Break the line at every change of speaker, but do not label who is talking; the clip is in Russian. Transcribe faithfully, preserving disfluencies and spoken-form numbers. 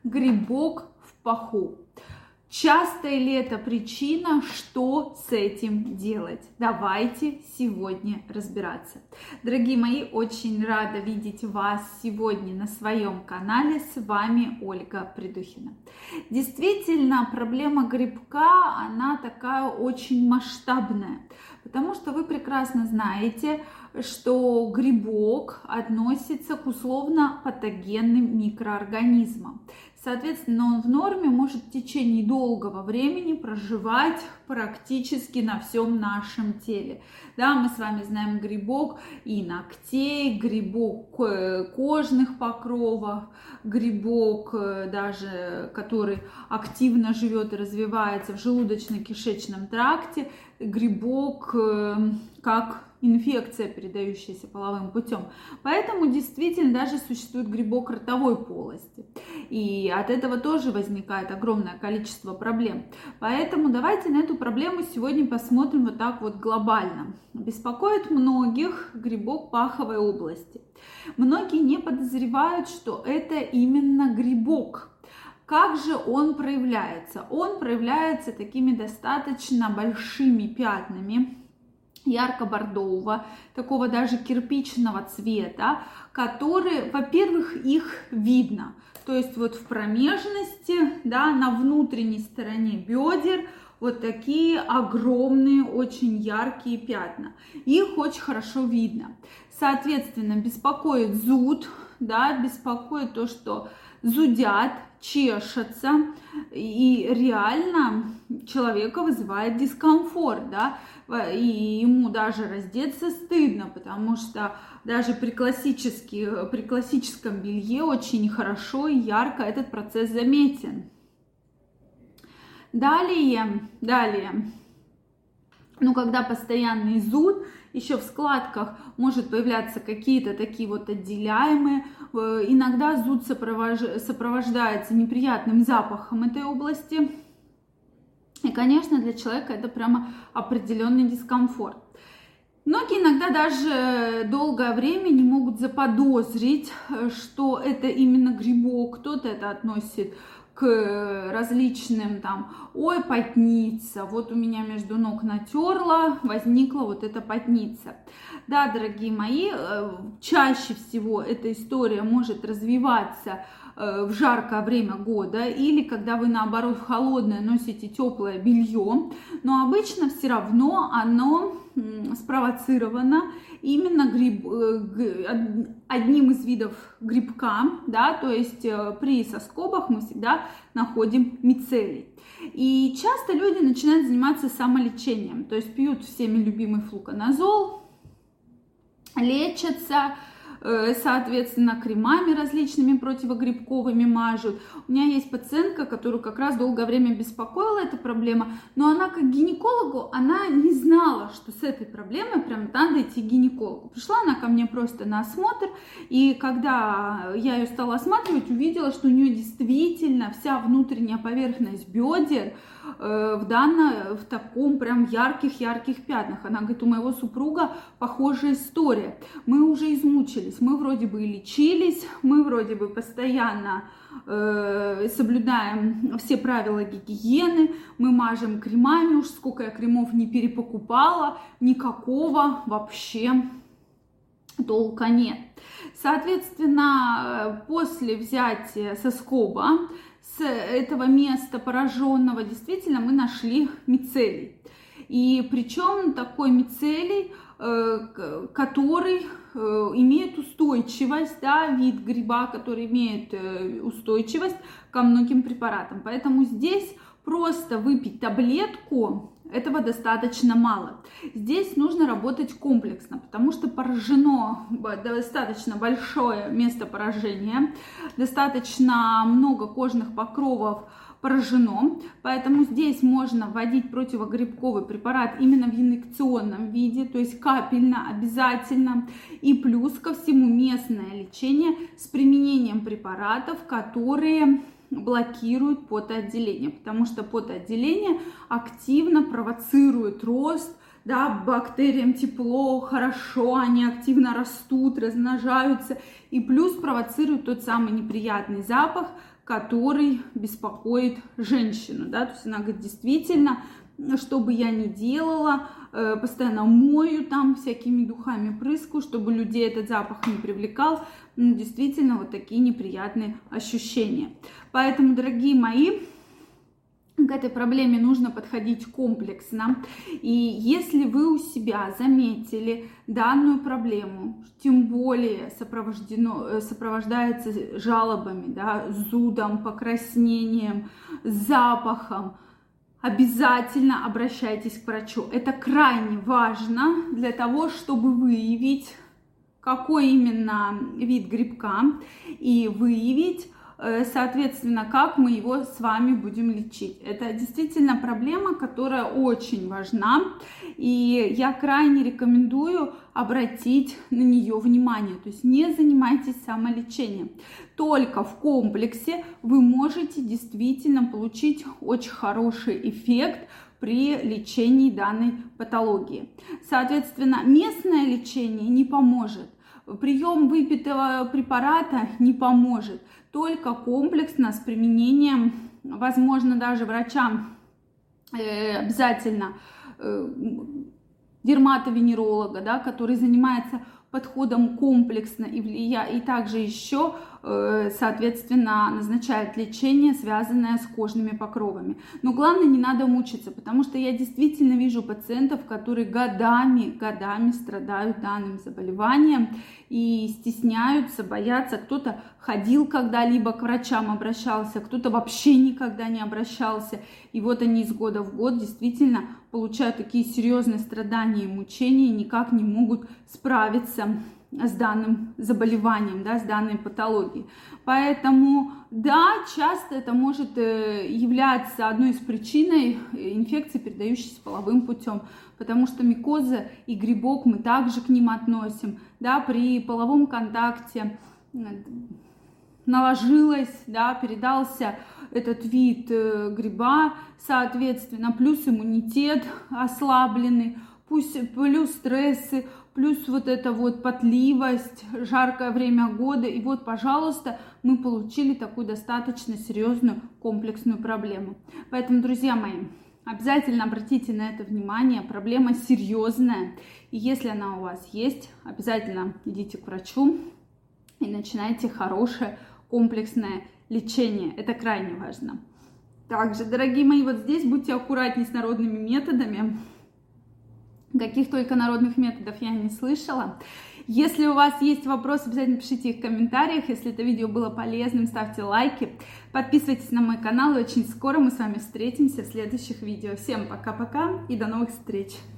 грибок в паху. Частая ли это причина? Что с этим делать? Давайте сегодня разбираться. Дорогие мои, очень рада видеть вас сегодня на своем канале. С вами Ольга Придухина. Действительно, проблема грибка, она такая очень масштабная, потому что вы прекрасно знаете, что грибок относится к условно-патогенным микроорганизмам. Соответственно, он в норме может в течение долгого времени проживать практически на всем нашем теле. Да, мы с вами знаем грибок и ногтей, грибок кожных покровов, грибок даже, который активно живет и развивается в желудочно-кишечном тракте, грибок как инфекция, передающаяся половым путем. Поэтому действительно даже существует грибок ротовой полости. И от этого тоже возникает огромное количество проблем. Поэтому давайте на эту проблему сегодня посмотрим вот так вот глобально. Беспокоит многих грибок паховой области. Многие не подозревают, что это именно грибок. Как же он проявляется? Он проявляется такими достаточно большими пятнами, ярко-бордового, такого даже кирпичного цвета, которые, во-первых, их видно. То есть вот в промежности, да, на внутренней стороне бедер вот такие огромные, очень яркие пятна. Их очень хорошо видно. Соответственно, беспокоит зуд, да, беспокоит то, что зудят, чешется, и реально человека вызывает дискомфорт, да, и ему даже раздеться стыдно, потому что даже при, при классическом белье очень хорошо и ярко этот процесс заметен. Далее, далее, ну, когда постоянный зуд, еще в складках может появляться какие-то такие вот отделяемые. Иногда зуд сопровождается неприятным запахом этой области. И, конечно, для человека это прямо определенный дискомфорт. Многие иногда даже долгое время не могут заподозрить, что это именно грибок. Кто-то это относит к различным там, ой, потница, вот у меня между ног натерла, возникла вот эта потница. Да, дорогие мои, чаще всего эта история может развиваться в жаркое время года или когда вы, наоборот, в холодное носите теплое белье, но обычно все равно оно спровоцировано именно гриб, одним из видов грибка, да, то есть при соскобах мы всегда находим мицелий. И часто люди начинают заниматься самолечением, то есть пьют всеми любимый флуконазол, лечатся, соответственно, кремами различными противогрибковыми мажут. У меня есть пациентка, которую как раз долгое время беспокоила эта проблема, но она как гинекологу, она не знала, что с этой проблемой прям надо идти к гинекологу. Пришла она ко мне просто на осмотр, и когда я ее стала осматривать, увидела, что у нее действительно вся внутренняя поверхность бедер в данном, в таком прям ярких-ярких пятнах. Она говорит, у моего супруга похожая история. Мы уже измучились, мы вроде бы и лечились, мы вроде бы постоянно э, соблюдаем все правила гигиены, мы мажем кремами, уж сколько я кремов не перепокупала, никакого вообще толка нет. Соответственно, после взятия соскоба с этого места пораженного действительно мы нашли мицелий. И причем такой мицелий, который имеет устойчивость, да, вид гриба, который имеет устойчивость ко многим препаратам. Поэтому здесь просто выпить таблетку этого достаточно мало. Здесь нужно работать комплексно, потому что поражено достаточно большое место поражения, достаточно много кожных покровов поражено, поэтому здесь можно вводить противогрибковый препарат именно в инъекционном виде, то есть капельно обязательно, и плюс ко всему местное лечение с применением препаратов, которые блокируют потоотделение, потому что потоотделение активно провоцирует рост, да, бактериям тепло, хорошо, они активно растут, размножаются, и плюс провоцируют тот самый неприятный запах, который беспокоит женщину, да, то есть она говорит, действительно, что бы я ни делала, постоянно мою там всякими духами, прыскаю, чтобы людей этот запах не привлекал, ну, действительно, вот такие неприятные ощущения. Поэтому, дорогие мои, к этой проблеме нужно подходить комплексно. И если вы у себя заметили данную проблему, тем более сопровождено, сопровождается жалобами, да, зудом, покраснением, запахом, обязательно обращайтесь к врачу. Это крайне важно для того, чтобы выявить, какой именно вид грибка, и выявить, соответственно, как мы его с вами будем лечить. Это действительно проблема, которая очень важна, и я крайне рекомендую обратить на нее внимание. То есть не занимайтесь самолечением. Только в комплексе вы можете действительно получить очень хороший эффект при лечении данной патологии. Соответственно, местное лечение не поможет. Прием выпитого препарата не поможет. Только комплексно с применением, возможно, даже врачам э, обязательно э, дерматовенеролога, да, который занимается подходом комплексно и, влия... и также еще, э, соответственно, назначает лечение, связанное с кожными покровами. Но главное, не надо мучиться, потому что я действительно вижу пациентов, которые годами, годами страдают данным заболеванием и стесняются, боятся. Кто-то ходил когда-либо к врачам, обращался, кто-то вообще никогда не обращался. И вот они из года в год действительно получают такие серьезные страдания и мучения, никак не могут справиться с данным заболеванием, да, с данной патологией. Поэтому, да, часто это может являться одной из причин инфекции, передающейся половым путем, потому что микоза и грибок, мы также к ним относим, да, при половом контакте наложилось, да, передался этот вид гриба, соответственно, плюс иммунитет ослабленный, пусть плюс стрессы, плюс вот эта вот потливость, жаркое время года, и вот, пожалуйста, мы получили такую достаточно серьезную комплексную проблему. Поэтому, друзья мои, обязательно обратите на это внимание, проблема серьезная, и если она у вас есть, обязательно идите к врачу и начинайте хорошее комплексное лечение, это крайне важно. Также, дорогие мои, вот здесь будьте аккуратнее с народными методами. Каких только народных методов я не слышала. Если у вас есть вопросы, обязательно пишите их в комментариях. Если это видео было полезным, ставьте лайки. Подписывайтесь на мой канал. И очень скоро мы с вами встретимся в следующих видео. Всем пока-пока и до новых встреч!